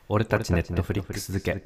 俺たちネットフリックス漬け。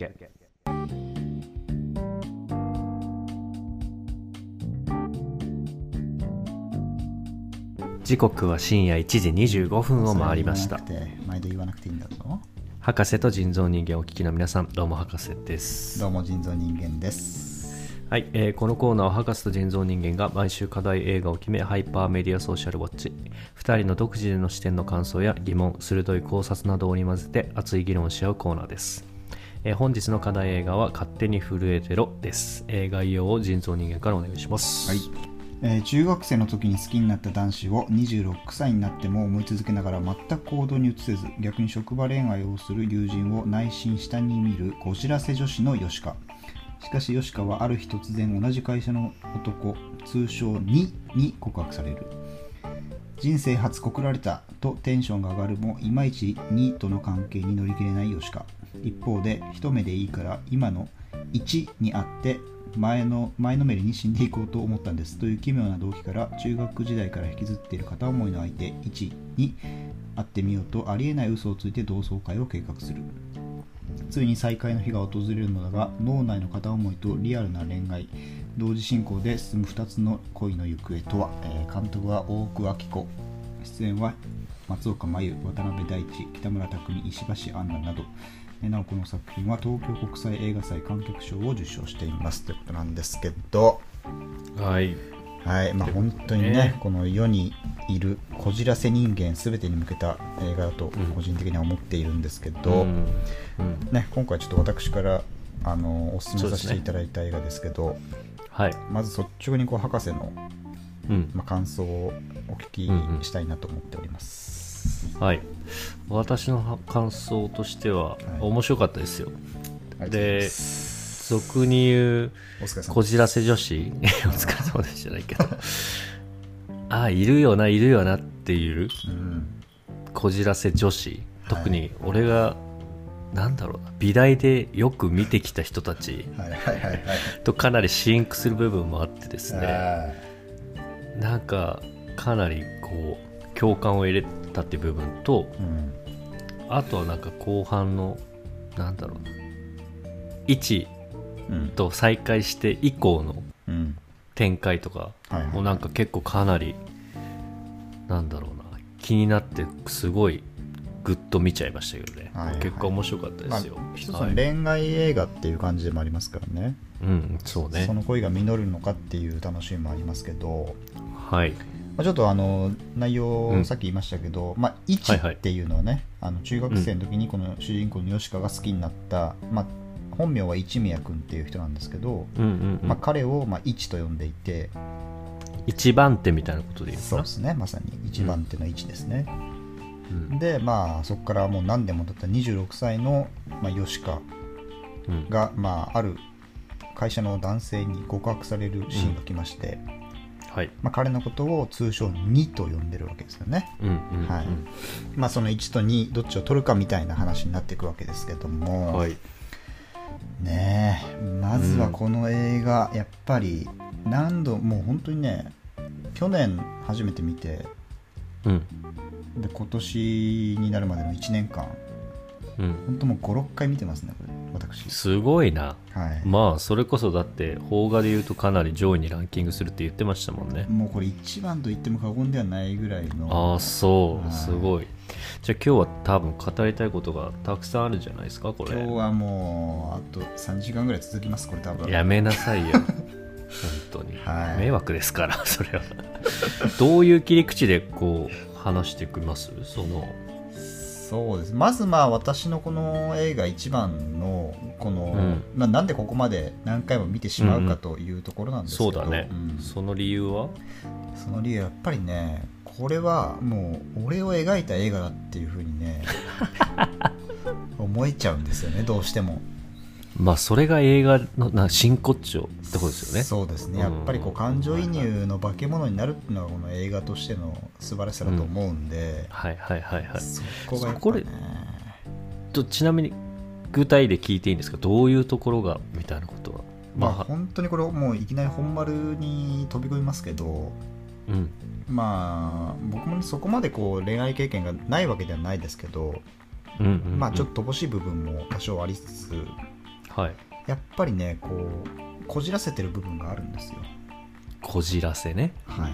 時刻は深夜1時25分を回りました。 毎度言わなくていいんだぞ。 博士と人造人間をお聞きの皆さん、どうも博士です。 どうも人造人間です。 はい、このコーナーは博士と人造人間が毎週課題映画を決め、ハイパーメディアソーシャルウォッチ、2人の独自での視点の感想や疑問、鋭い考察などを織り交ぜて熱い議論をし合うコーナーです。本日の課題映画は勝手に震えてろです。概要を人造人間からお願いします。 はい。中学生の時に好きになった男子を26歳になっても思い続けながら全く行動に移せず、逆に職場恋愛をする友人を内心下に見るこじらせ女子のヨシカ。しかしヨシカはある日突然同じ会社の男、通称2に告白される。人生初告られたとテンションが上がるも、いまいち2との関係に乗り切れないヨシカ。一方で一目でいいから今の1に会って前のめりに死んでいこうと思ったんですという奇妙な動機から、中学時代から引きずっている片思いの相手1に会ってみようとありえない嘘をついて同窓会を計画する。ついに再会の日が訪れるのだが、脳内の片思いとリアルな恋愛同時進行で進む2つの恋の行方とは。監督は大久保明子、出演は松岡茉優、渡辺大地、北村匠海、石橋杏奈など。なおこの作品は東京国際映画祭観客賞を受賞していますということなんですけど、 はい、 はい、まあ本当にね、この世にいるこじらせ人間すべてに向けた映画だと個人的には思っているんですけど、ね、今回ちょっと私からお勧めさせていただいた映画ですけど、 はい、 まず率直に博士の、感想をお聞きしたいなと思っております。 はい、私の感想としては面白かったですよ。で、俗に言うこじらせ女子お疲れ様ですじゃないけどいるよないるよなっていうこじらせ女子、特に俺がなんだろうな、美大でよく見てきた人たちとかなりシンクする部分もあってですね、なんかかなりこう共感を入れたっていう部分と、あとはなんか後半のなんだろうな、1と再会して以降の展開とかもなんか結構かなりなんだろうな、気になってすごいグッと見ちゃいましたけどね、結果面白かったですよ。 一つの恋愛映画っていう感じでもありますからね、 そうね、 その恋が実るのかっていう楽しみもありますけど、 はい、 ちょっと内容さっき言いましたけど、1っていうのはね、中学生の時にこの主人公のヨシカが好きになった、本名は一宮君っていう人なんですけど、彼を1と呼んでいて、 一番手みたいなことで言うかな。 そうですね、まさに一番手の1ですね。でそこからもう何年も経った26歳の、ヨシカが、ある会社の男性に告白されるシーンが来まして、彼のことを通称2と呼んでるわけですよね。その1と2どっちを取るかみたいな話になっていくわけですけども、ねえ、まずはこの映画、やっぱり何度もう本当にね、去年初めて見て、で今年になるまでの1年間、本当もう 5,6 回見てますね、これ私。すごいな、それこそだって邦画でいうとかなり上位にランキングするって言ってましたもんね。もうこれ一番と言っても過言ではないぐらいの。 そう、すごい。じゃあ今日は多分語りたいことがたくさんあるじゃないですか、これ。 今日はもうあと3時間ぐらい続きます、これ多分。 やめなさいよ本当に、迷惑ですからそれはどういう切り口でこう話してきます？ そうです。まず私のこの映画一番のこの、なんでここまで何回も見てしまうかというところなんですけど、 そうだね、その理由はやっぱりね、これはもう俺を描いた映画だっていう風にね思えちゃうんですよね、どうしても。 それが映画の真骨頂ってことですよね。 そうですね、やっぱりこう感情移入の化け物になるっていうのがこの映画としての素晴らしさだと思うんで、そこがやっぱね。 ちなみに具体で聞いていいんですか？どういうところがみたいなことは。 本当にこれもういきなり本丸に飛び込みますけど、僕もそこまでこう恋愛経験がないわけではないですけど、 まあちょっと乏しい部分も多少ありつつ、 はい、 やっぱりねこうこじらせてる部分があるんですよ。 こじらせね。 はい。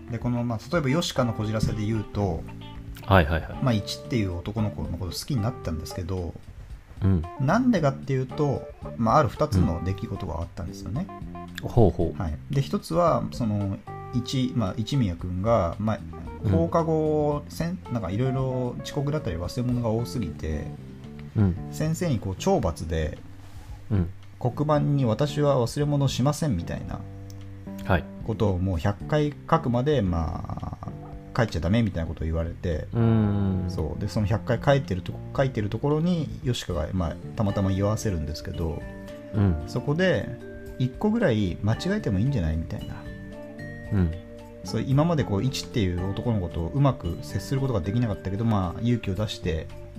でこの、まあ、例えばヨシカのこじらせで言うと、 はいはいはい。 まあ、1っていう男の子のこと好きになったんですけど、 なんでかっていうと、まあ、ある2つの出来事があったんですよね。 ほうほう。 はい、で1つはその一宮君が、まあ、放課後、なんかいろいろ遅刻だったり忘れ物が多すぎて、先生にこう懲罰で、黒板に私は忘れ物をしませんみたいなことをもう100回書くまで、まあ、書いちゃダメみたいなことを言われて、そうでその100回書いてるところにヨシカが、まあ、たまたま言わせるんですけど、そこで1個ぐらい間違えてもいいんじゃないみたいな、そう今までこう1っていう男の子とうまく接することができなかったけど、まあ、勇気を出して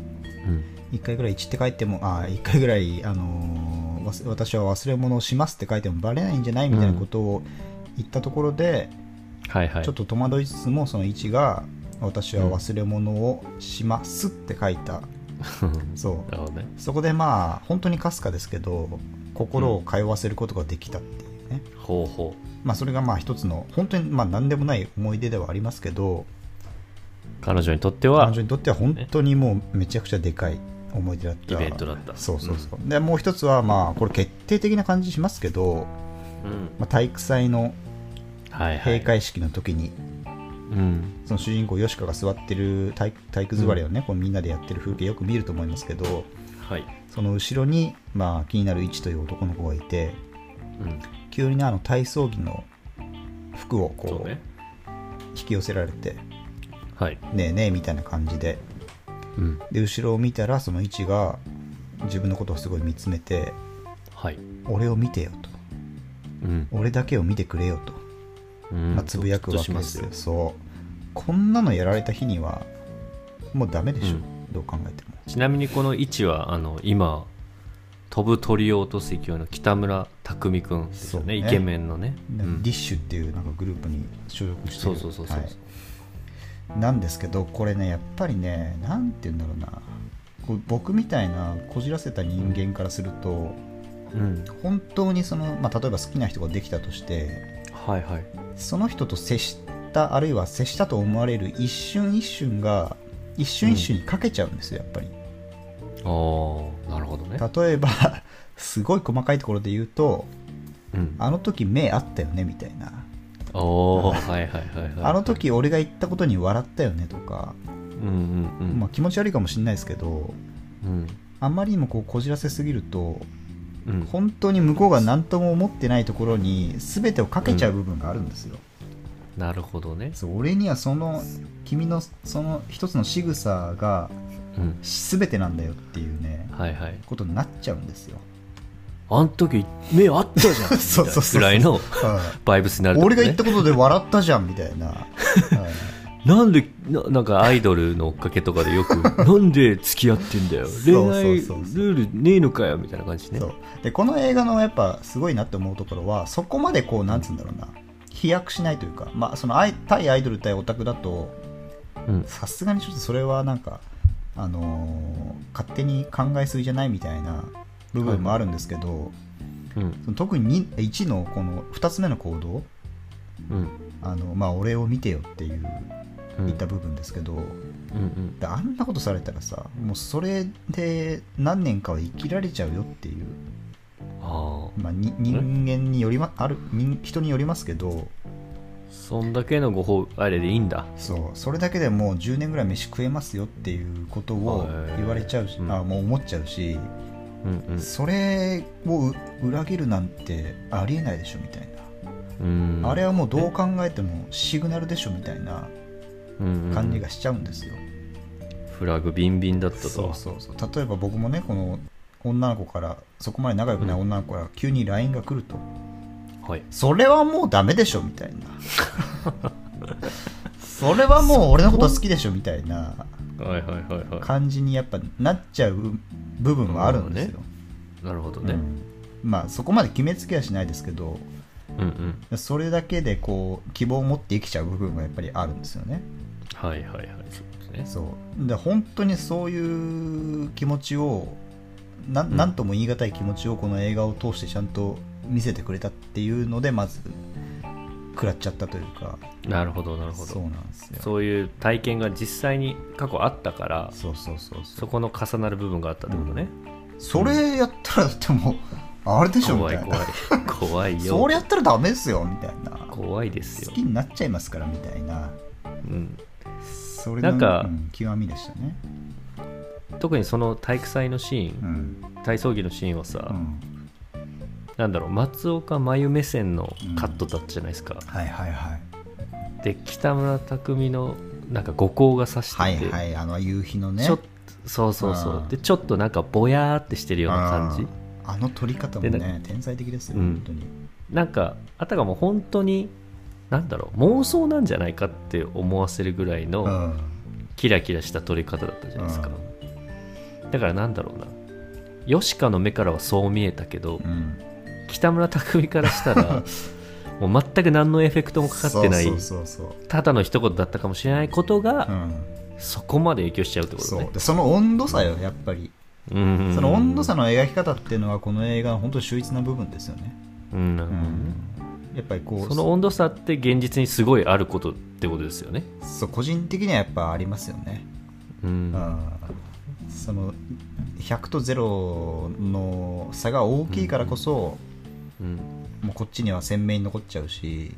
、1回ぐらい1って書いても1回ぐらい、私は忘れ物をしますって書いてもバレないんじゃないみたいなことを言ったところで、ちょっと戸惑いつつもその1が私は忘れ物をしますって書いた、そうなるほど、ね、そこでまあ本当にかすかですけど心を通わせることができたっていうね、まあ、それがまあ一つの本当にまあ何でもない思い出ではありますけど、 彼女にとっては本当にもうめちゃくちゃでかい思い出だったイベントだった。 そうそうそう、でもう一つはまあこれ決定的な感じしますけど、まあ、体育祭の閉会式の時に、その主人公ヨシカが座ってる体育座りをね、こうみんなでやってる風景よく見ると思いますけど、その後ろに、まあ、気になるイチという男の子がいて、急に体操着の服をこう引き寄せられて、ねえねえみたいな感じで、で後ろを見たらそのイチが自分のことをすごい見つめて、俺を見てよと、俺だけを見てくれよと、まあ、つぶやくわけですよ。そうこんなのやられた日にはもうダメでしょ、どう考えても。 ちなみにこの位置は今飛ぶ鳥を落とす勢いの北村匠海くんですよね、イケメンのね、 ディッシュっていうなんかグループに所属してる、なんですけど、これねやっぱりね、なんて言うんだろうな、僕みたいなこじらせた人間からすると、本当にその、まあ、例えば好きな人ができたとして、その人と接したあるいは接したと思われる一瞬一瞬が一瞬一瞬にかけちゃうんですよ、やっぱり。なるほどね。例えばすごい細かいところで言うと、あの時目あったよねみたいな、あの時俺が言ったことに笑ったよねとか、まあ、気持ち悪いかもしれないですけど、あんまりにもこじらせすぎると、本当に向こうが何とも思ってないところに全てをかけちゃう部分があるんですよ。 なるほどね。 そう俺には君のその一つの仕草が全てなんだよっていうね、ことになっちゃうんですよ。 あん時目あったじゃんみたいなぐらいのバイブスになる、 俺が言ったことで笑ったじゃんみたいななんでなんかアイドルの追っかけとかでよくなんで付き合ってんだよ恋愛ルールねえのかよみたいな感じね。 でこの映画のやっぱすごいなって思うところは、そこまでこうなんつうんだろうな、飛躍しないというか、まあ、その対アイドル対オタクだとさすがにちょっとそれはなんか、勝手に考えすぎじゃないみたいな部分もあるんですけど、特に1のこの2つ目の行動、まあ、俺を見てよっていう言った部分ですけど、あんなことされたらさ、もうそれで何年かは生きられちゃうよっていう、まあ、人間により人によりますけど、 そんだけのあれでいいんだ。 それだけでもう10年ぐらい飯食えますよっていうことを言われちゃうし、もう思っちゃうし、それを裏切るなんてありえないでしょみたいな、あれはもうどう考えてもシグナルでしょみたいな感じがしちゃうんですよ。 フラグビンビンだったと。 そう例えば僕もね、この女の子から、そこまで仲良くない女の子から急に LINE が来ると、それはもうダメでしょみたいなそれはもう俺のこと好きでしょみたいな感じにやっぱなっちゃう部分もあるんですよ。 なるほどね。 まあそこまで決めつけはしないですけど、それだけでこう希望を持って生きちゃう部分がやっぱりあるんですよね。 そうですね。 そうで本当にそういう気持ちをなんとも言い難い気持ちをこの映画を通してちゃんと見せてくれたっていうのでまず食らっちゃったというか。 なるほどなるほど。 そうなんですよ。 そういう体験が実際に過去あったから、そこの重なる部分があったってことね、 それやったらだってもうあれでしょみたいな。 怖いよ。 それやったらダメですよみたいな。 怖いですよ。 好きになっちゃいますからみたいな。それのなんか、 極みでしたね。 特にその体育祭のシーン、体操着のシーンはさ、なんだろう、松岡真優目線のカットだったじゃないですか、 はいはいはい。 で北村匠海のなんか後光が差してて、 はいはい、夕日のね、 そうでちょっとなんかぼやーってしてるような感じ、 あの撮り方もね天才的ですよ、本当に。 なんかあたかも本当になんだろう、妄想なんじゃないかって思わせるぐらいのキラキラした撮り方だったじゃないですか、だからなんだろうな、ヨシカの目からはそう見えたけど、北村匠海からしたらもう全く何のエフェクトもかかってない、ただの一言だったかもしれないことが、そこまで影響しちゃうってことね。 その温度差よやっぱり、その温度差の描き方っていうのはこの映画の本当に秀逸な部分ですよね。やっぱりこうその温度差って現実にすごいあることってことですよね。 そう個人的にはやっぱありますよね。その100と0の差が大きいからこそ、もうこっちには鮮明に残っちゃうし、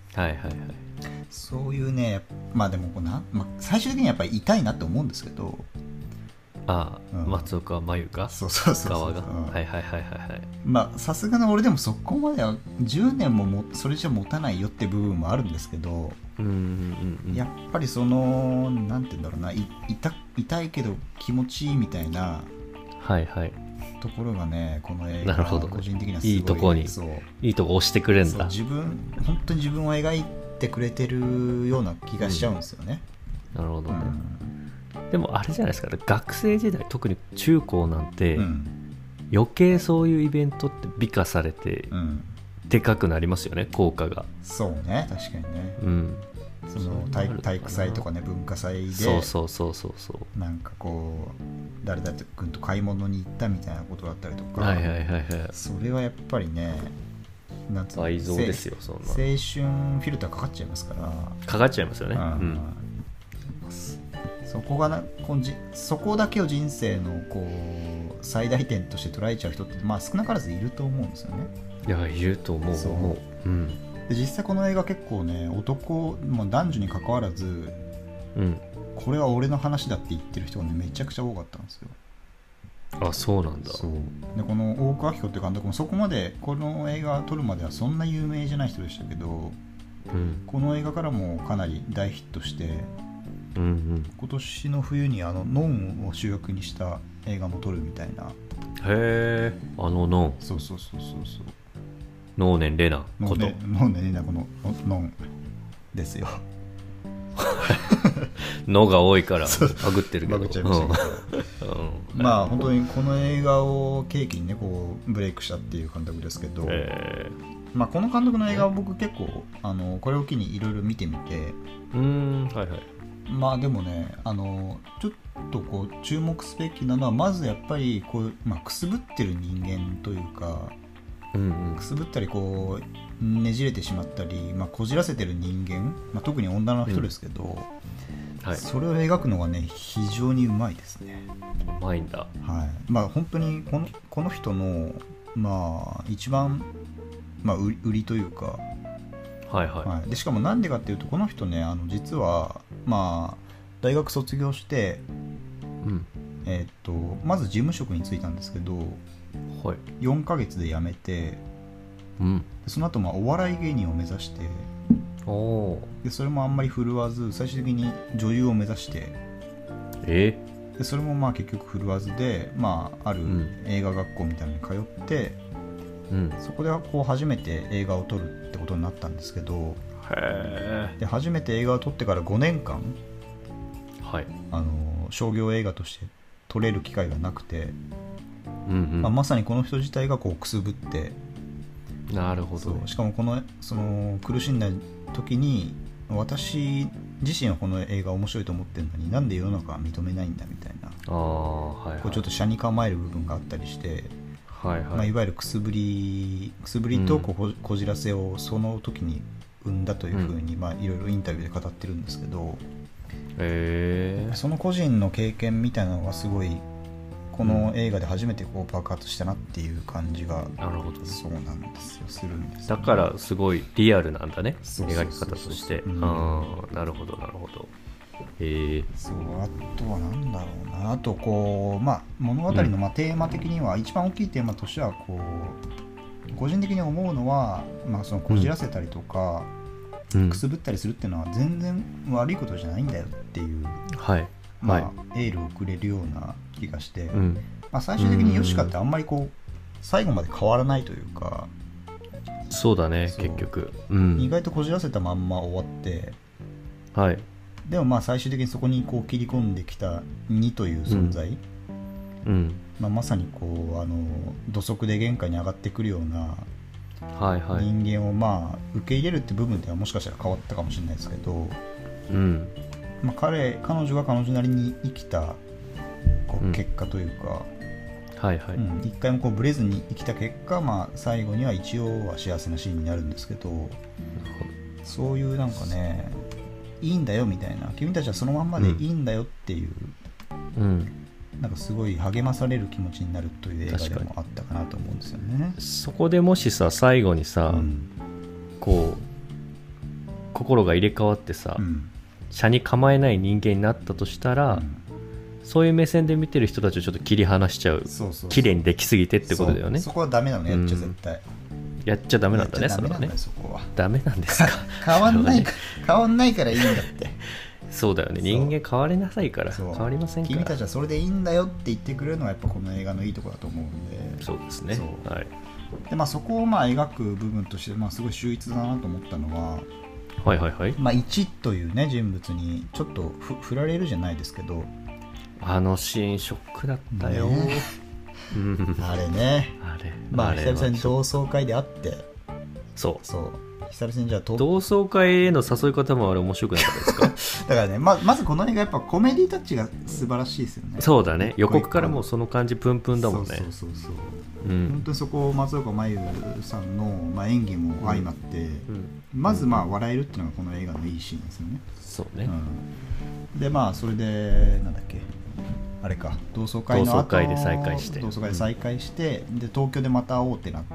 そういうね、まあでも最終的にやっぱり痛いなって思うんですけど、 松岡真優か側が、まあさすがの俺でもそこまでは10年もそれじゃ持たないよって部分もあるんですけど、やっぱりそのなんて言うんだろうな、痛いけど気持ちいいみたいなところがね、この映画個人的にはすごいいいとこにいいとこ押してくれるんだ。 本当に自分を描いてくれてるような気がしちゃうんですよね。 なるほどね。でもあれじゃないですか、学生時代特に中高なんて、余計そういうイベントって美化されて、でかくなりますよね、効果が。 そうね、確かにね、その体育祭とかね、文化祭でなんかこう誰々君と買い物に行ったみたいなことだったりとか、それはやっぱりね、なんつうの、 愛憎ですよ。そんな青春フィルターかかっちゃいますから。 かかっちゃいますよね。 そこだけを人生のこう最大点として捉えちゃう人って、まあ、少なからずいると思うんですよね。 いや、いると思う。 で実際この映画結構ね、男、男女に関わらず、これは俺の話だって言ってる人がねめちゃくちゃ多かったんですよ。 あ、そうなんだ。 でこの大久明彦って監督もそこまでこの映画を撮るまではそんな有名じゃない人でしたけど、この映画からもかなり大ヒットして、今年の冬にノンを主役にした映画も撮るみたいな。 へえ、ノン。 そう能年玲奈こと。 能年玲奈このノンですよ。 のが多いからバグってるけど。 バグっちゃいましたけど。まあ本当にこの映画を契機にね、こうブレイクしたっていう監督ですけど、まあこの監督の映画を僕結構これを機にいろいろ見てみて、まあでもね、ちょっとこう注目すべきなのは、まずやっぱりこう、くすぶってる人間というか、くすぶったりこうねじれてしまったり、こじらせてる人間、特に女の人ですけど、それを描くのがね非常にうまいですね。 うまいんだ。 本当にこの人の一番、売りというか、でしかもなんでかっていうと、この人ね実は大学卒業して、まず事務職に就いたんですけど、4ヶ月で辞めて、その後お笑い芸人を目指して、でそれもあんまり振るわず、最終的に女優を目指して、でそれも結局振るわずで、ある映画学校みたいなのに通って、そこでこう初めて映画を撮るってことになったんですけど、で初めて映画を撮ってから5年間、商業映画として撮れる機会がなくて、まさにこの人自体がこうくすぶって、 なるほど、 しかもその苦しんだ時に、私自身はこの映画面白いと思ってるのになんで世の中は認めないんだみたいな、 はいはい、 こうちょっと斜に構える部分があったりして、 はいはい、 いわゆるくすぶりとこじらせをその時に生んだというふうに、いろいろインタビューで語ってるんですけど、その個人の経験みたいなのがすごいこの映画で初めてこう爆発したなっていう感じが、 なるほど、 そうなんですよ、するんです、 だからすごいリアルなんだね、描き方として。なるほどなるほど。 そうあとはなんだろうな、あとこう、物語のテーマ的には、一番大きいテーマとしてはこう個人的に思うのは、そのこじらせたりとか、くすぶったりするっていうのは全然悪いことじゃないんだよっていう、エールをくれるような気がして、最終的にヨシカってあんまりこう最後まで変わらないというか、 そうだね、結局、 意外とこじらせたまんま終わって、でも最終的にそこにこう切り込んできた2という存在、まさにこう土足で玄関に上がってくるような人間を受け入れるって部分ではもしかしたら変わったかもしれないですけど、彼女が彼女なりに生きたこう結果というか、一回もこうブレずに生きた結果、最後には一応は幸せなシーンになるんですけど、そういうなんかね、いいんだよみたいな、君たちはそのまんまでいいんだよっていう、なんかすごい励まされる気持ちになるという映画でもあったかなと思うんですよね。 そこでもしさ、最後にさ、こう心が入れ替わってさ、車に構えない人間になったとしたら、そういう目線で見てる人たちをちょっと切り離しちゃう、綺麗にできすぎてってことだよね。 そこはダメなの、やっちゃ絶対、 やっちゃダメなんだね、それはね。 そこはダメなんですか。 変わんないからいいんだって。 そうだよね、人間変わりなさいから、変わりませんから。 君たちはそれでいいんだよって言ってくれるのがやっぱこの映画のいいところだと思うんで。 そうですね。 でそこを描く部分としてすごい秀逸だなと思ったのは、1というね人物にちょっと振られるじゃないですけど、 あのシーンショックだったよ、 あれね、久々に同窓会で会って、そう久々にじゃあ同窓会への誘い方もあれ面白くなかったですか。 だからね、まずこの映画やっぱコメディタッチが素晴らしいですよね。 そうだね、予告からもうその感じプンプンだもんね。 本当にそこを松岡茉優さんの、演技も相まって、まず笑えるっていうのがこの映画のいいシーンですよね。 そうね、 でそれでなんだっけ、あれか、同窓会の後、 同窓会で再会して、 で東京でまた会おうってなって、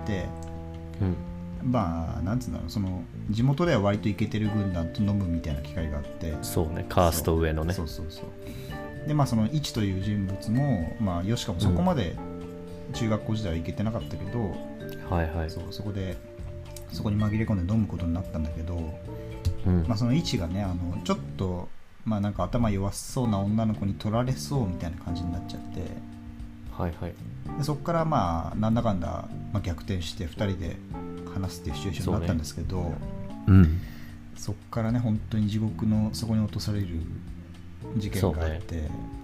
なんつうんだろう、その地元では割とイケてる軍団と飲むみたいな機会があって、 そうね、カースト上のね、 でその一という人物もヨシカもそこまで中学校時代はイケてなかったけど、そこに紛れ込んで飲むことになったんだけど、その一がね、ちょっとなんか頭弱そうな女の子に取られそうみたいな感じになっちゃって、でそこからなんだかんだ逆転して2人で話すっていうシチュエーションになったんですけど、そこからね本当に地獄の底に落とされる事件があって、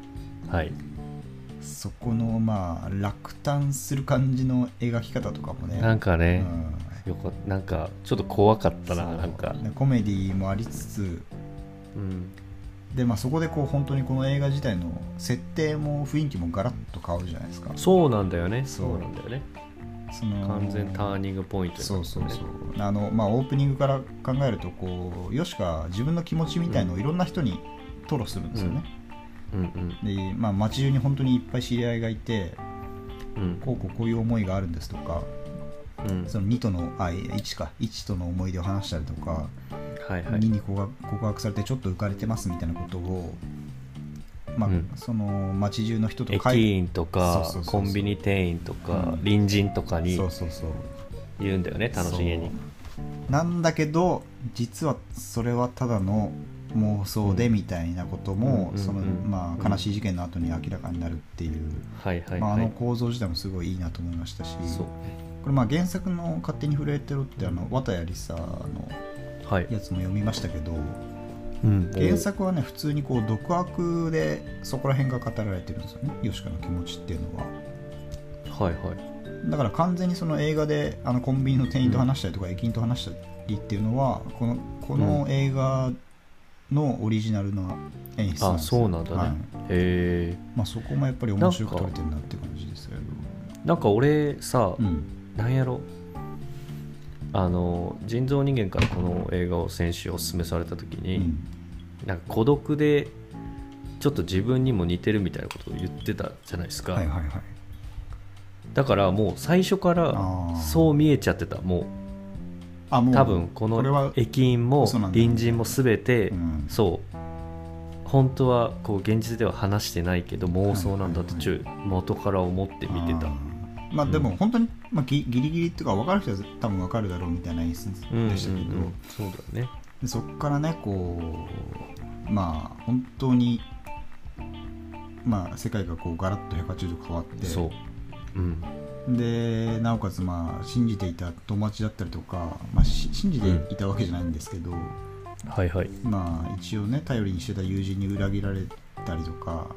そこの落胆する感じの描き方とかもね、 なんかね、なんかちょっと怖かったな、なんかコメディもありつつ、でそこで本当にこの映画自体の設定も雰囲気もガラッと変わるじゃないですか。 そうなんだよね、完全ターニングポイントになる、 オープニングから考えるとヨシカ自分の気持ちみたいのをいろんな人に吐露するんですよね。で街中に本当にいっぱい知り合いがいて、こういう思いがあるんですとか、その2との1との思い出を話したりとか、2に告白されてちょっと浮かれてますみたいなことを、その街中の人と駅員とかコンビニ店員とか、隣人とかに言うんだよね、楽しげに。 なんだけど実はそれはただの妄想でみたいなことも、その悲しい事件の後に明らかになるっていう、あの構造自体もすごいいいなと思いましたし、これ原作の勝手に震えてろって綿谷りさのやつも読みましたけど、原作はね普通に独白でそこら辺が語られてるんですよね、ヨシカの気持ちっていうのは。だから完全にその映画でコンビニの店員と話したりとか、駅員と話したりっていうのはこの映画のオリジナルな演出なんですよ。 あ、そうなんだね、 はい、 へえ。 そこもやっぱり面白く撮れてるなって感じですけど、 なんか俺さ、 うんなんやろ、人造人間からこの映画を先週おすすめされた時に、なんか孤独でちょっと自分にも似てるみたいなことを言ってたじゃないですか、 はいはいはい、 だからもう最初からそう見えちゃってた。もう多分この駅員も隣人も全て、そう本当はこう現実では話してないけど妄想なんだって元から思って見てた。 でも本当に、ギリギリっていうか分かる人は多分分かるだろうみたいな演出でしたけど、 そうだね。 でそっからねこう本当に世界がこうガラッと180度変わって、 そう、 でなおかつ信じていた友達だったりとか、信じていたわけじゃないんですけど、 はいはい、 一応ね頼りにしてた友人に裏切られたりとか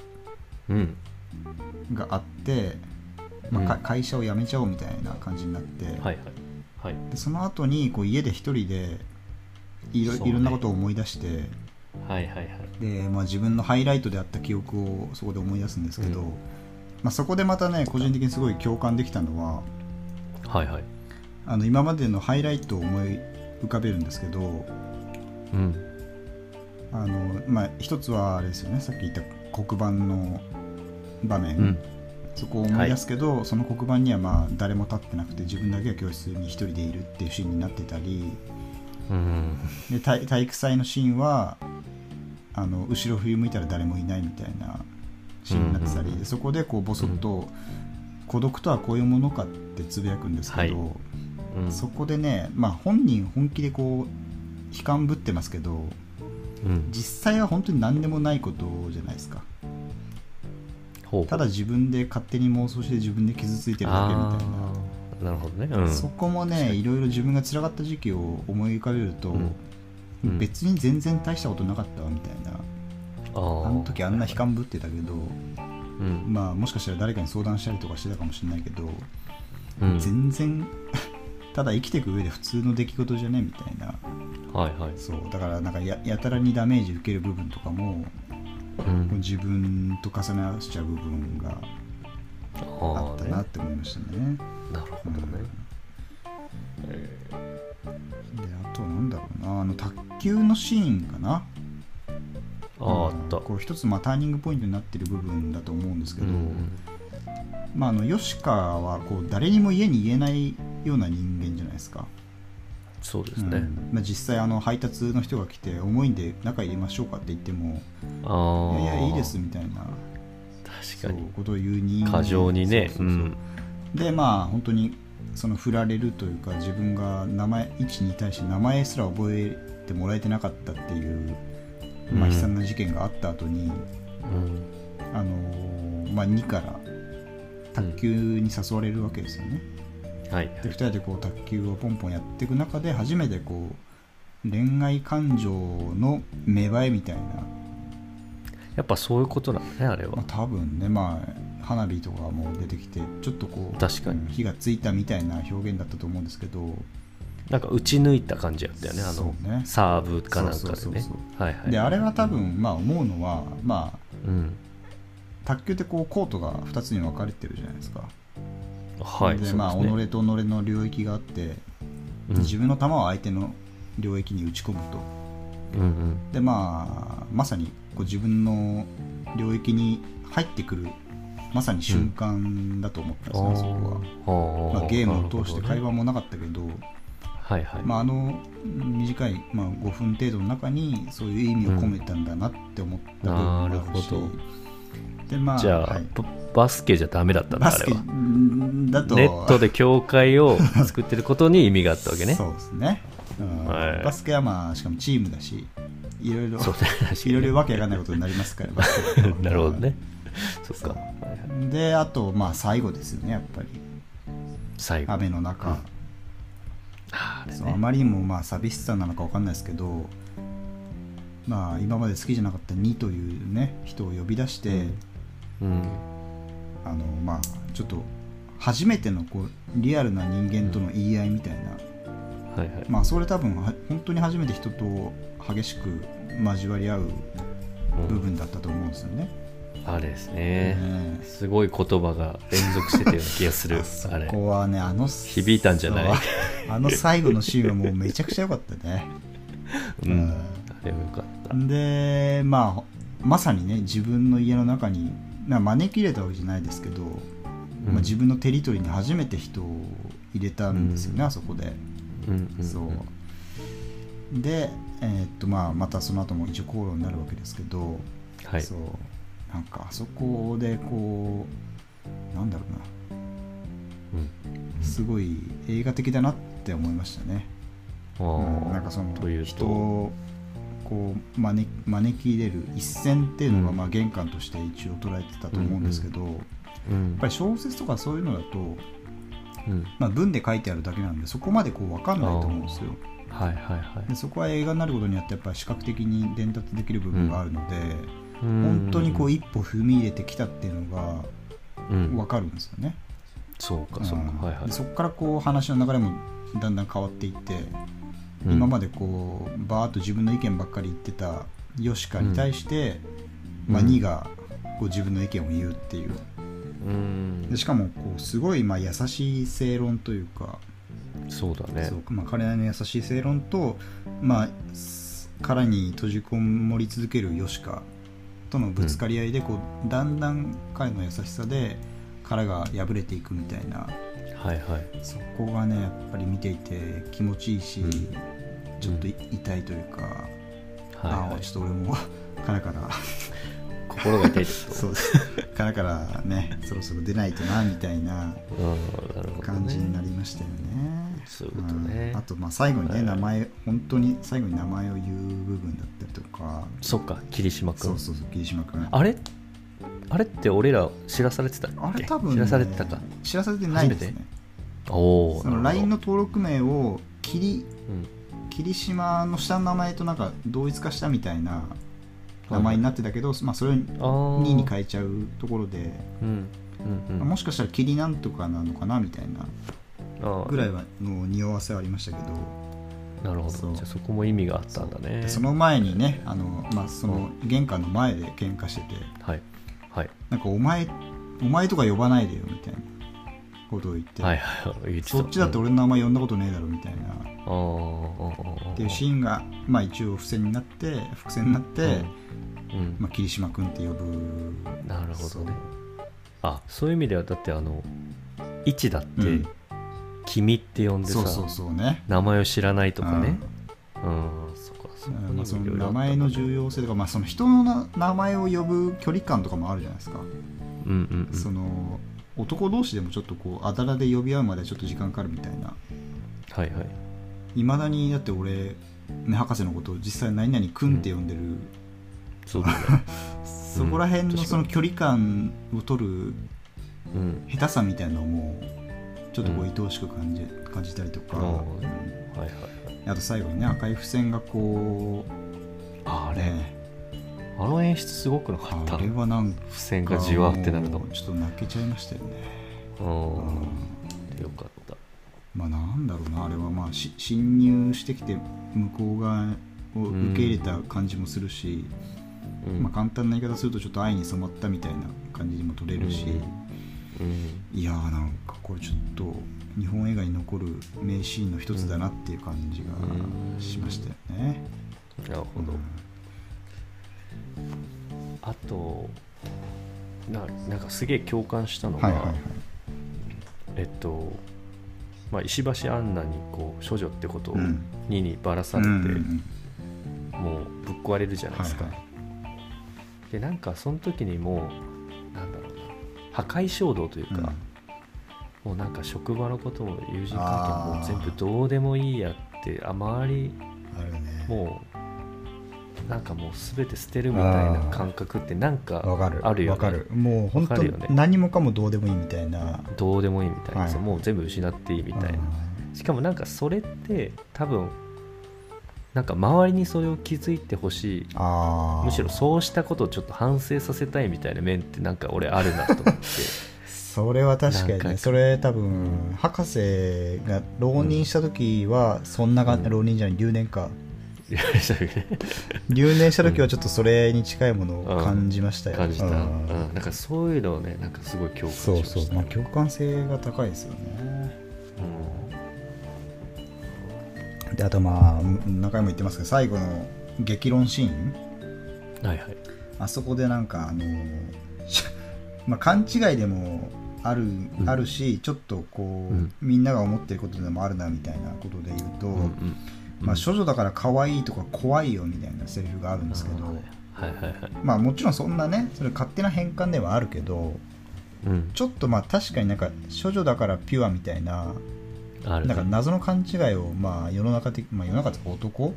があって、会社を辞めちゃおうみたいな感じになって、 はいはいはい、 でその後にこう家で一人でいろんなことを思い出して、 はいはいはい、 で自分のハイライトであった記憶をそこで思い出すんですけど、そこでまたね個人的にすごい共感できたのは、 はいはい、 今までのハイライトを思い浮かべるんですけど、一つはあれですよね、さっき言った黒板の場面、そこを思い出すけど、その黒板には誰も立ってなくて自分だけが教室に一人でいるっていうシーンになってたり、で体育祭のシーンは後ろ振り向いたら誰もいないみたいなシーンになってたり、そこでこうボソッと、孤独とはこういうものかってつぶやくんですけど、そこでね、本人本気でこう悲観ぶってますけど、実際は本当に何でもないことじゃないですか。ただ自分で勝手に妄想して自分で傷ついてるだけみたいな。 なるほどね、 そこもねいろいろ自分が辛かった時期を思い浮かべると、別に全然大したことなかったわみたいな、あの時あんな悲観ぶってたけど、もしかしたら誰かに相談したりとかしてたかもしれないけど、全然ただ生きていく上で普通の出来事じゃねみたいな、そうだからなんか やたらにダメージ受ける部分とかも、自分と重ね合わせちゃう部分があったなって思いましたね。 なるほどね。 であとなんだろうな、卓球のシーンかな。 あった。 これ一つターニングポイントになってる部分だと思うんですけど、吉川はこう誰にも家に言えないような人間じゃないですか。 そうですね。 実際配達の人が来て重いんで中入れましょうかって言っても、いやいやいいですみたいな、 確かにそうことを言う人間、 過剰にね。 で本当にその振られるというか、自分が位置に対して名前すら覚えてもらえてなかったっていう悲惨な事件があった後に、2から卓球に誘われるわけですよね。で2人でこう卓球をポンポンやっていく中で初めてこう恋愛感情の芽生えみたいな、 やっぱそういうことなんだね、あれは。 多分ね、花火とかも出てきてちょっとこう確かに火がついたみたいな表現だったと思うんですけど、 なんか打ち抜いた感じやったよね、サーブかなんかでね。 であれは多分思うのは卓球ってこうコートが2つに分かれてるじゃないですか。で己と己の領域があって、自分の球を相手の領域に打ち込むと、でまさにこう自分の領域に入ってくるまさに瞬間だと思ったんですね、そこは。ゲームを通して会話もなかったけど、短い、5分程度の中にそういう意味を込めたんだなって思った部分もあるし、 でじゃあ、バスケじゃダメだったんだ、あれは。 だとネットで境界を作ってることに意味があったわけね。 そうですね、バスケはしかもチームだし、いろいろわけわかんないことになりますからバスケなるほどね。そっか。 であと最後ですよね、やっぱり雨の中、あまりにも寂しさなのかわかんないですけど、今まで好きじゃなかった2というね人を呼び出して、ちょっと初めてのこうリアルな人間との言い合いみたいなはいはい、 まあそれ多分本当に初めて人と激しく交わり合う部分だったと思うんですよね、 あれですね、すごい言葉が連続してたような気がするそこはね、 響いたんじゃない最後のシーンはもうめちゃくちゃ良かったねあれも良かった。 でまさにね、自分の家の中に招き入れたわけじゃないですけど、自分のテリトリーに初めて人を入れたんですよね、あそこで、そうで、またその後も一応口論になるわけですけど、 はい、 そうなんかあそこでこうなんだろうな、すごい映画的だなって思いましたね。なんかその人をこう招き入れる一線っていうのが玄関として一応捉えてたと思うんですけど、やっぱり小説とかそういうのだと、文で書いてあるだけなんでそこまでこう分かんないと思うんですよ。でそこは映画になることによってやっぱり視覚的に伝達できる部分があるので、本当にこう一歩踏み入れてきたっていうのが分かるんですよね。 そうかそうか、 そこからこう話の流れもだんだん変わっていって、今までこうバーッと自分の意見ばっかり言ってたヨシカに対して、ニがこう自分の意見を言うっていう、でしかもこうすごい優しい正論というか、 そうだね、 彼なりの優しい正論と、殻に閉じこもり続けるヨシカとのぶつかり合いでこう、だんだん彼の優しさで殻が破れていくみたいな、そこがねやっぱり見ていて気持ちいいし、ちょっと痛いというか、ちょっと俺も殻から心が痛いですそうです殻からねそろそろ出ないとなみたいな感じになりましたよね。 そういうことね。 あと最後にね、本当に最後に名前を言う部分だったりとか、 そっか、霧島くん、 そう霧島くん、 あれって俺ら知らされてたっけ？ あれ多分、 知らされてたか、 知らされてないですね。 その LINE の登録名を霧島の下の名前となんか同一化したみたいな名前になってたけど、それを2に変えちゃうところで、もしかしたら霧なんとかなのかなみたいなぐらいはの匂わせはありましたけど、 なるほど、じゃあそこも意味があったんだね。 その前にね、その玄関の前で喧嘩してて、なんかお前とか呼ばないでよみたいなことを言って、そっちだって俺の名前呼んだことねえだろみたいなっていうシーンが、一応伏線になって霧島くんって呼ぶ。 なるほどね。そういう意味ではだって位置だって、君って呼んでさ、名前を知らないとかね、 その名前の重要性とか、その人の名前を呼ぶ距離感とかもあるじゃないですか。その男同士でもちょっとこうあだ名で呼び合うまでちょっと時間かかるみたいな。いまだにだって俺、博士のことを実際何々くんって呼んでる、 そうだねそこら辺のその距離感を取る下手さみたいなのもちょっとこう愛おしく感じたりとか、あと最後にね赤い付箋がこうあの演出すごくなかった？ あれはなんか付箋がじわってなるのちょっと泣けちゃいましたよね。 よかった。 なんだろうな、あれは侵入してきて向こう側を受け入れた感じもするし、簡単な言い方するとちょっと愛に染まったみたいな感じにも取れるし、いやーなんかこれちょっと日本映画に残る名シーンの一つだなっていう感じがしましたよね。 なるほど。あとなんかすげえ共感したのが、石橋アンナにこう処女ってことを2にばらされて、もうぶっ壊れるじゃないですか。でなんかその時にもうなんだろうな、破壊衝動というか、もうなんか職場のことも友人関係も全部どうでもいいやって周りもうなんかもう全て捨てるみたいな感覚ってなんかあるよね。 もう本当に何もかもどうでもいいみたいな、 どうでもいいみたいな、もう全部失っていいみたいな。しかもなんかそれって多分なんか周りにそれを気づいてほしい、むしろそうしたことをちょっと反省させたいみたいな面ってなんか俺あるなと思ってそれは確かにね。それ多分博士が浪人した時はそんな感じ、浪人じゃない、留年か。留年した時はちょっとそれに近いものを感じましたよ。 感じた。なんかそういうのをね、なんかすごい共感しました。 そうそう、まあ、共感性が高いですよね。であとまあ何回も言ってますけど、最後の激論シーン、 はいはい、 あそこでなんかまあ、勘違いでもあるし、ちょっとこう、みんなが思ってることでもあるなみたいなことで言うと、まあ、処女だから可愛いとか怖いよみたいなセリフがあるんですけど、まあもちろんそんなね、それ勝手な変換ではあるけど、ちょっとまあ確かになんか処女だからピュアみたいな、なんか謎の勘違いをまあ世の中的、まあ世の中って男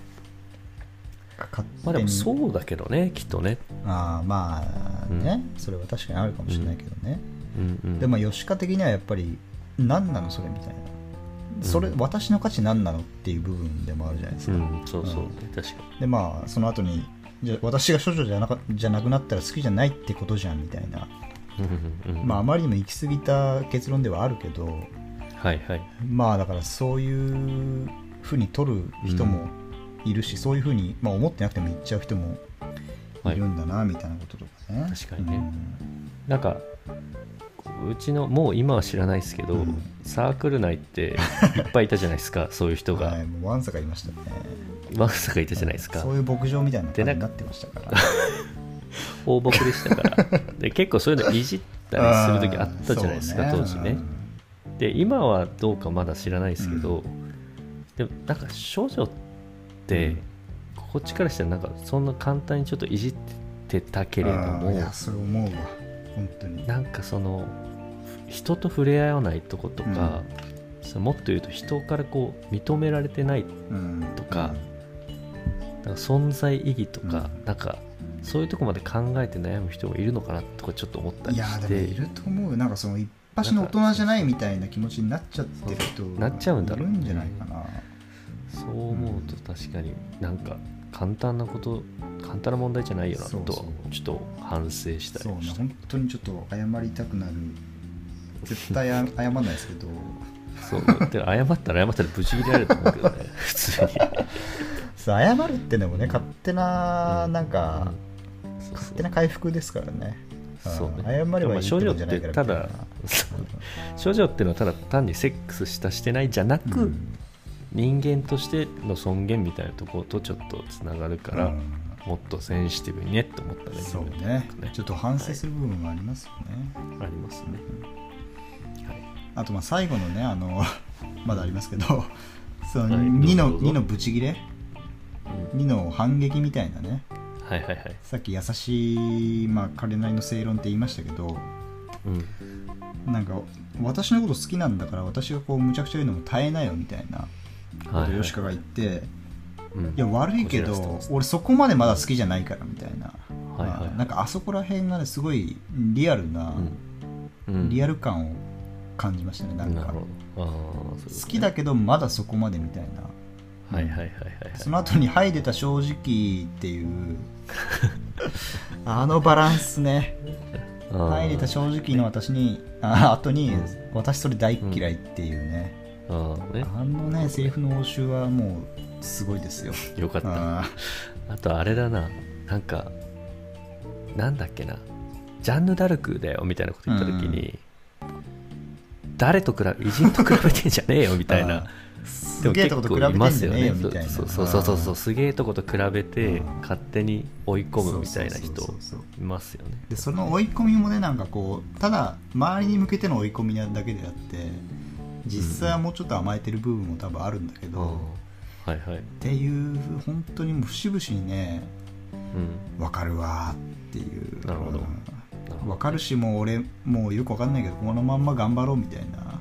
まあでもそうだけどね、きっとね。 まあね、それは確かにあるかもしれないけどね。でも吉川的にはやっぱり何なのそれみたいな、それ私の価値何なのっていう部分でもあるじゃないですか。 そうそう、確かに。 でまあその後にじゃあ私が処女じゃなくなったら好きじゃないってことじゃんみたいな、まああまりにも行き過ぎた結論ではあるけど、まあだからそういうふうに取る人もいるし、そういうふうに、まあ、思ってなくても言っちゃう人もいるんだな、みたいなこととかね。 確かにね。なんかうちのもう今は知らないですけど、サークル内っていっぱいいたじゃないですかそういう人が。 もうわんさかいましたね。 わんさかいたじゃないですか。 そういう牧場みたいな感じになってましたから放牧でしたからで結構そういうのいじったりする時あったじゃないですか、当時ね。で今はどうかまだ知らないですけど、でもなんか少女ってこっちからしたらなんかそんな簡単にちょっといじってたけれども、 いやそれ思うわ本当に。 なんかその人と触れ合わないとことか、もっと言うと人からこう認められてないとか、なんか存在意義とか、なんかそういうとこまで考えて悩む人もいるのかなとかちょっと思ったりして。 いやでもいると思うよ。なんかその一発の大人じゃないみたいな気持ちになっちゃってる人なっちゃうんだろう、 いるんじゃないかな。 そう思うと確かになんか簡単な問題じゃないよなとちょっと反省したりした。 そうね、本当にちょっと謝りたくなる。絶対謝んないですけどそうで謝ったらブチ切れられると思うけどね普通に謝るってのもね、勝手ななんか、勝手な回復ですからね。 そうね、 謝ればいいってことじゃないから。 ただ少女っていうのはただ単にセックスしてないじゃなく、人間としての尊厳みたいなところとちょっとつながるから、もっとセンシティブにねって思ったね。 そうね、ちょっと反省する部分もありますよね。 ありますね。 あとまあ最後のね、まだありますけどその2のブチギレ、2の反撃みたいなね。さっき優しい、まあ、彼なりの正論って言いましたけど、なんか私のこと好きなんだから私がこうむちゃくちゃ言うのも耐えなよみたいなことを吉川が言って、いや悪いけど俺そこまでまだ好きじゃないからみたいな、なんかあそこら辺がねすごいリアルな、リアル感を感じましたね。なんか好きだけどまだそこまでみたいな。その後に入れた正直っていうあのバランスね。入れた正直の私に後に私それ大嫌いっていうね、あのねセリフの応酬はもうすごいですよ。 よかった。あとあれだな、なんかなんだっけな、ジャンヌ・ダルクだよみたいなこと言った時に、誰と偉人と比べてんじゃねえよみたいなすげえとこと比べてんじゃねえよみたいな。 そうすげえとこと比べて勝手に追い込むみたいな人いますよね。 でその追い込みもね、なんかこうただ周りに向けての追い込みなだけであって実際はもうちょっと甘えてる部分も多分あるんだけど、っていう本当にもう節々にね、分かるわっていう。 なるほど。 分かるし、もう俺もうよく分かんないけどこのまんま頑張ろうみたいな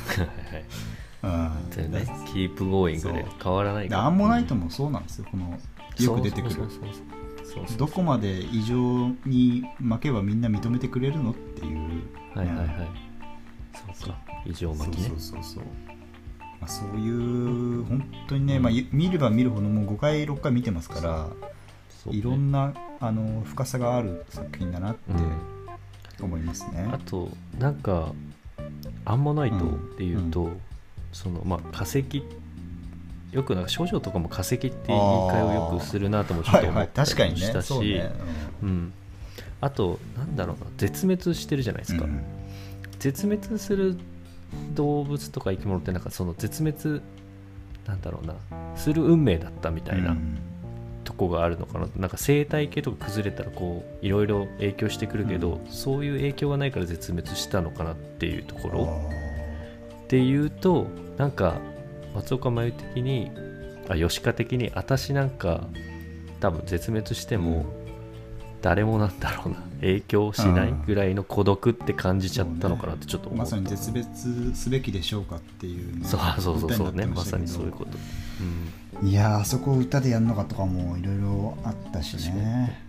キープゴーイングで変わらないから。 アンモナイトもそうなんですよ。このよく出てくるどこまで異常に負けばみんな認めてくれるのっていう。 そうか、異常負けね。 そういう本当にね、見れば見るほどもう5回6回見てますから、いろんな深さがある作品だなって思いますね。 あとなんかアンモナイトでいうと、そのまあ化石、よくなんか症状とかも化石って言い換えをよくするなともちょっと思ったりもしたし、あとなんだろうな、絶滅してるじゃないですか、絶滅する動物とか生き物ってなんかその絶滅なんだろうなする運命だったみたいなとこがあるのかな。なんか生態系とか崩れたらこういろいろ影響してくるけど、そういう影響がないから絶滅したのかなっていうところっていうと、なんか松岡真優的に吉川的に私なんか多分絶滅しても誰もなんだろうな影響しないぐらいの孤独って感じちゃったのかなってちょっと思う、 まさに絶滅すべきでしょうかっていう、ね、 そうね、まさにそういうこと、 いやあそこを歌でやるのかとかもいろいろあったしね。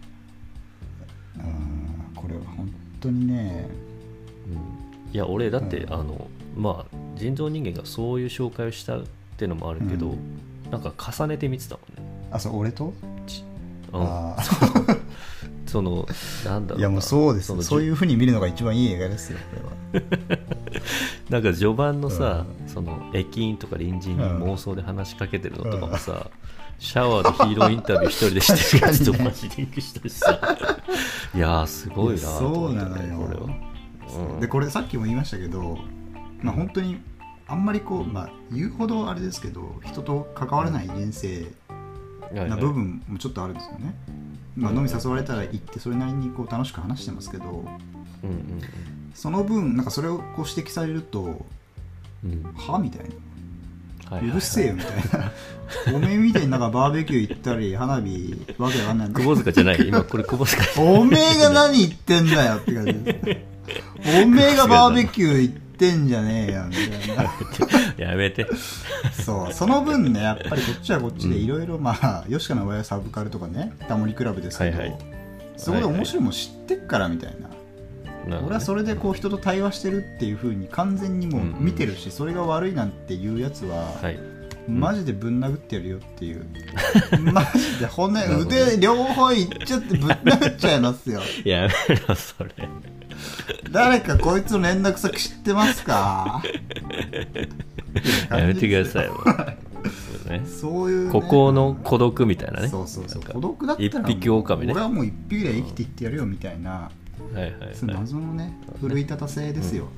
これは本当にね、 いや俺だって、まあ人造人間がそういう紹介をしたっていうのもあるけど、なんか重ねて見てたもんね。 そう俺とそのなんだろうな、 いやもうそうですよ、そういう風に見るのが一番いい映画ですよこれは。 なんか序盤のさ、その駅員とか隣人に妄想で話しかけてるのとかもさ、シャワーでヒーローインタビュー一人でしてるやつとマジリンクしたしさ、いやーすごいなと思ってね、 そうなのよこれは。 でこれさっきも言いましたけど、まあ本当にあんまりこう、言うほどあれですけど人と関わらない人生な部分もちょっとあるんですよね。飲み誘われたら行ってそれなりにこう楽しく話してますけど、その分なんかそれをこう指摘されると、はみたいな、うるせえよみたいなおめえみたいになんかバーベキュー行ったり花火わけわかんない窪塚じゃない今これ窪塚おめえが何言ってんだよって感じですおめえがバーベキュー行ってんじゃねえよみたいなやめてその分ねやっぱりこっちはこっちでいろいろ吉川の場合はサブカルとかねタモリクラブですけど、そこで面白いもん知ってっからみたいな、俺はそれでこう人と対話してるっていう風に完全にもう見てるし、それが悪いなんていうやつは、マジでぶん殴ってやるよっていうマジで骨腕両方いっちゃってぶん殴っちゃいますよやめろそれ誰かこいつの連絡先知ってますかやめてくださいよそういう、ね、 孤高の孤独みたいなね。 そう孤独だったら一匹狼ね、 俺はもう一匹で生きていってやるよみたいな、そういう謎のね奮い立たせですよ。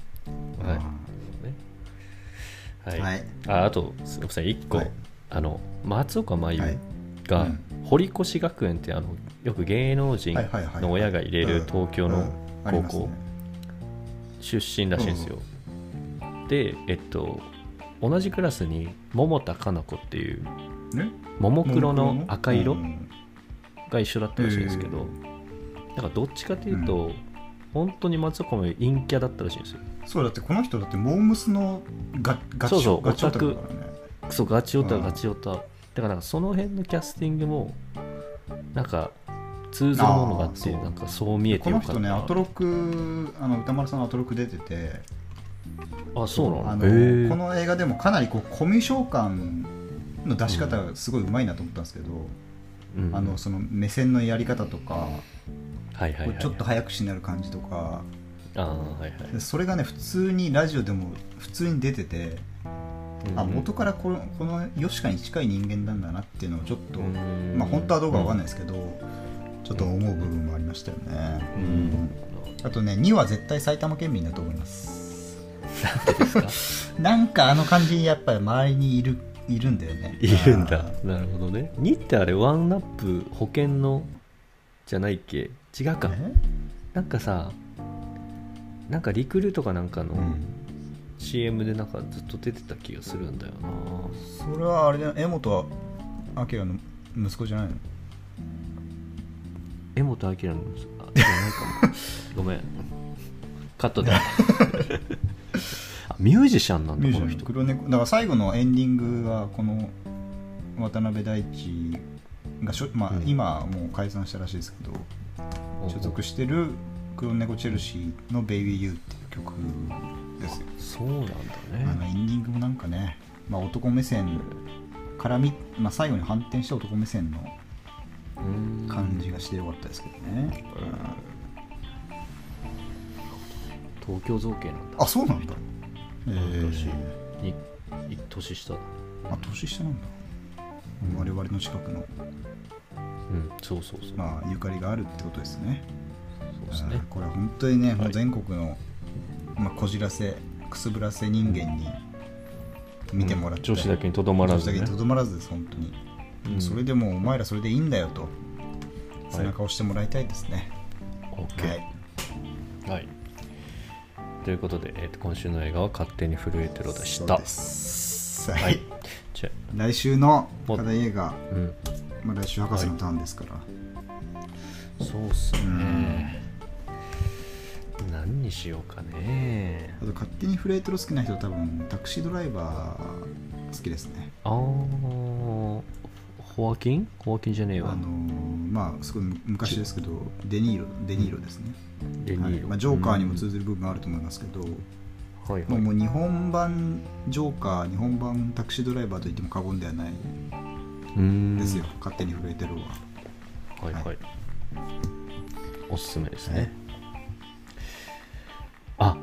あとすみません1個、松岡真優が堀越学園ってよく芸能人の親が入れる東京の高校出身らしいんですよ。で同じクラスに桃田かな子っていうももクロの赤色が一緒だったらしいんですけど、なんかどっちかというと、本当に松岡も陰キャだったらしいんですよ。 そうだってこの人だってモームスのガチオタだからね。 そうガチオタだからなんかその辺のキャスティングもなんか通ずるものがあってなんかそう見えてよかった。 この人ねアトロク歌丸さんのアトロク出てて、 そうなの。 この映画でもかなりこうコミュ障感の出し方がすごいうまいなと思ったんですけど、その目線のやり方とか、ちょっと早口になる感じとか、それがね普通にラジオでも普通に出てて、元からこの吉川に近い人間なんだなっていうのをちょっと、本当はどうかわかんないですけど、ちょっと思う部分もありましたよね。あとね2は絶対埼玉県民だと思います。なんかあの感じにやっぱり周りにいるんだよね。 いるんだ。なるほどね。2ってあれワンナップ保険のじゃないっけ？違うか。なんかさ、なんかリクルートかなんかの CM でなんかずっと出てた気がするんだよな。 それはあれだよ、江本明の息子じゃないの？ 江本明の息子じゃないかも。ごめん。カットで。ミュージシャンなんだこの人。 黒猫だから最後のエンディングはこの渡辺大地が今はもう解散したらしいですけど、所属してる黒猫チェルシーの「Baby You」っていう曲ですよ。 そうなんだね。 エンディングもなんかね、男目線から最後に反転した男目線の感じがしてよかったですけどね。 東京造形なんだ。 あ、そうなんだ。 私に年下だ。 あ、年下なんだ。我々の近くの、 そうそうそう。 まあゆかりがあるってことですね。 そうですね。 これ本当にね、もう全国の、まあ、こじらせくすぶらせ人間に見てもらって、 女子だけにとどまらず、 女子だけにとどまらずです本当に、それでもうお前らそれでいいんだよと背中を押してもらいたいですね。 OK。はい。ということで、今週の映画は勝手に震えてろでした。 そうです。はい。 じゃ来週の課題映画、まあ、来週博士のターンですから、 そうっすね。何にしようかね。 あと勝手に震えてろ好きな人は多分タクシードライバー好きですね。 ホアキンじゃねえわ。 まあすごい昔ですけどデニーロですね。 デニーロ、 まあ、ジョーカーにも通ずる部分があると思いますけど、もう日本版ジョーカー、日本版タクシードライバーといっても過言ではないですよ。勝手に震えてるは。 はい。おすすめですね。あ、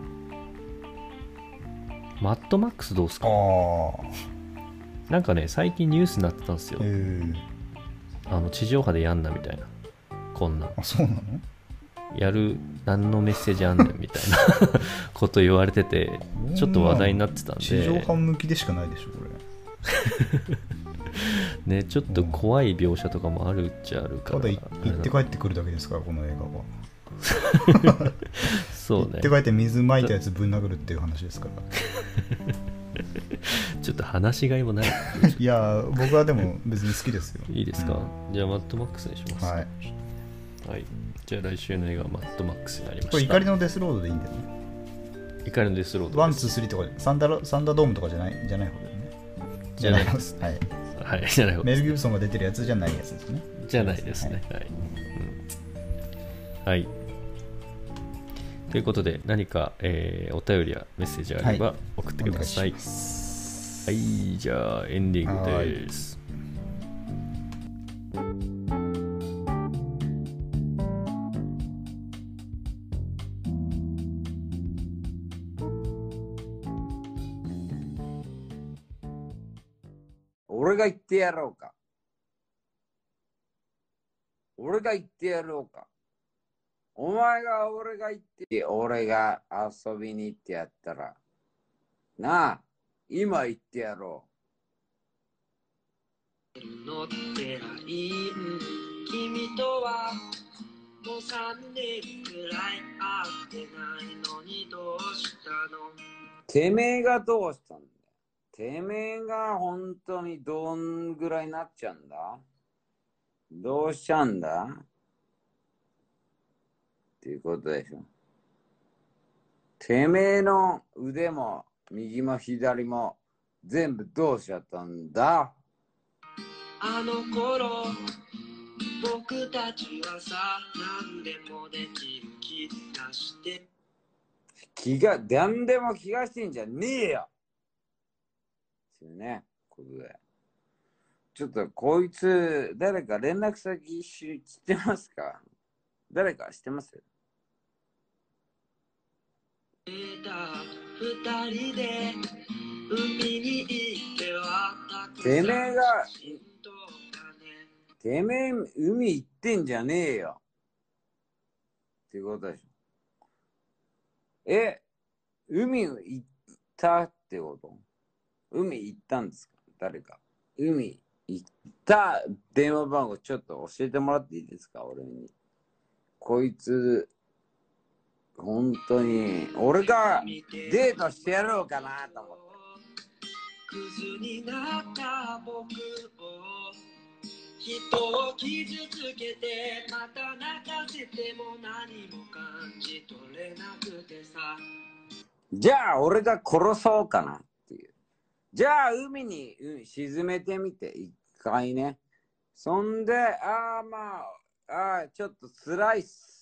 マッドマックスどうすか？なんかね、最近ニュースになってたんですよ。地上波でやんなみたいな。こんな。 あ、そうなの？ やる、何のメッセージあんねんみたいなこと言われてて、ちょっと話題になってたんで。 地上波向きでしかないでしょ、これ。 ね、ちょっと怖い描写とかもあるっちゃあるから。 ただ行って帰ってくるだけですから、この映画は。 そうね。 行って帰って水まいたやつぶん殴るっていう話ですから。 ちょっと話しがいもない。 いや、僕はでも別に好きですよ。 いいですか？じゃあマッドマックスにします。 はい。 じゃあ来週の映画はマッドマックスになりました。 これ怒りのデスロードでいいんだよね。 怒りのデスロード。 1、2、3とかでサンダードームとかじゃない方だよね。じゃないです。はい。 じゃない方。 メル・ギブソンが出てるやつじゃないやつですね。 じゃないですね。はい。ということで何か、お便りやメッセージあれば送ってください。はい、じゃあエンディングです。 俺が言ってやろうか。お前が俺が言って、俺が遊びに行ってやったら、なあ、今言ってやろう。乗ってない君とはもう3年くらい会ってないのにどうしたの？てめえがどうしたんだよ。てめえが本当にどんぐらいになっちゃうんだ？どうしちゃうんだっていうことでしょ。てめえの腕も右も左も全部どうしちゃったんだ？あの頃僕たちはさ、何でもできる気がして何でも気がしてんじゃねえよっていうね、ことで。ちょっとこいつ誰か連絡先知ってますか？誰か知ってます？二人で海に行ってはてめえがてめえ海行ってんじゃねえよっていうことでしょ。海行ったってこと？海行ったんですか？誰か海行った電話番号ちょっと教えてもらっていいですか？俺に。こいつ本当に俺がデートしてやろうかなと思って。クズになった僕を人を傷つけてまた泣かせても何も感じ取れなくてさ、じゃあ俺が殺そうかなっていう。じゃあ海に沈めてみて一回ね。そんでちょっと辛いっす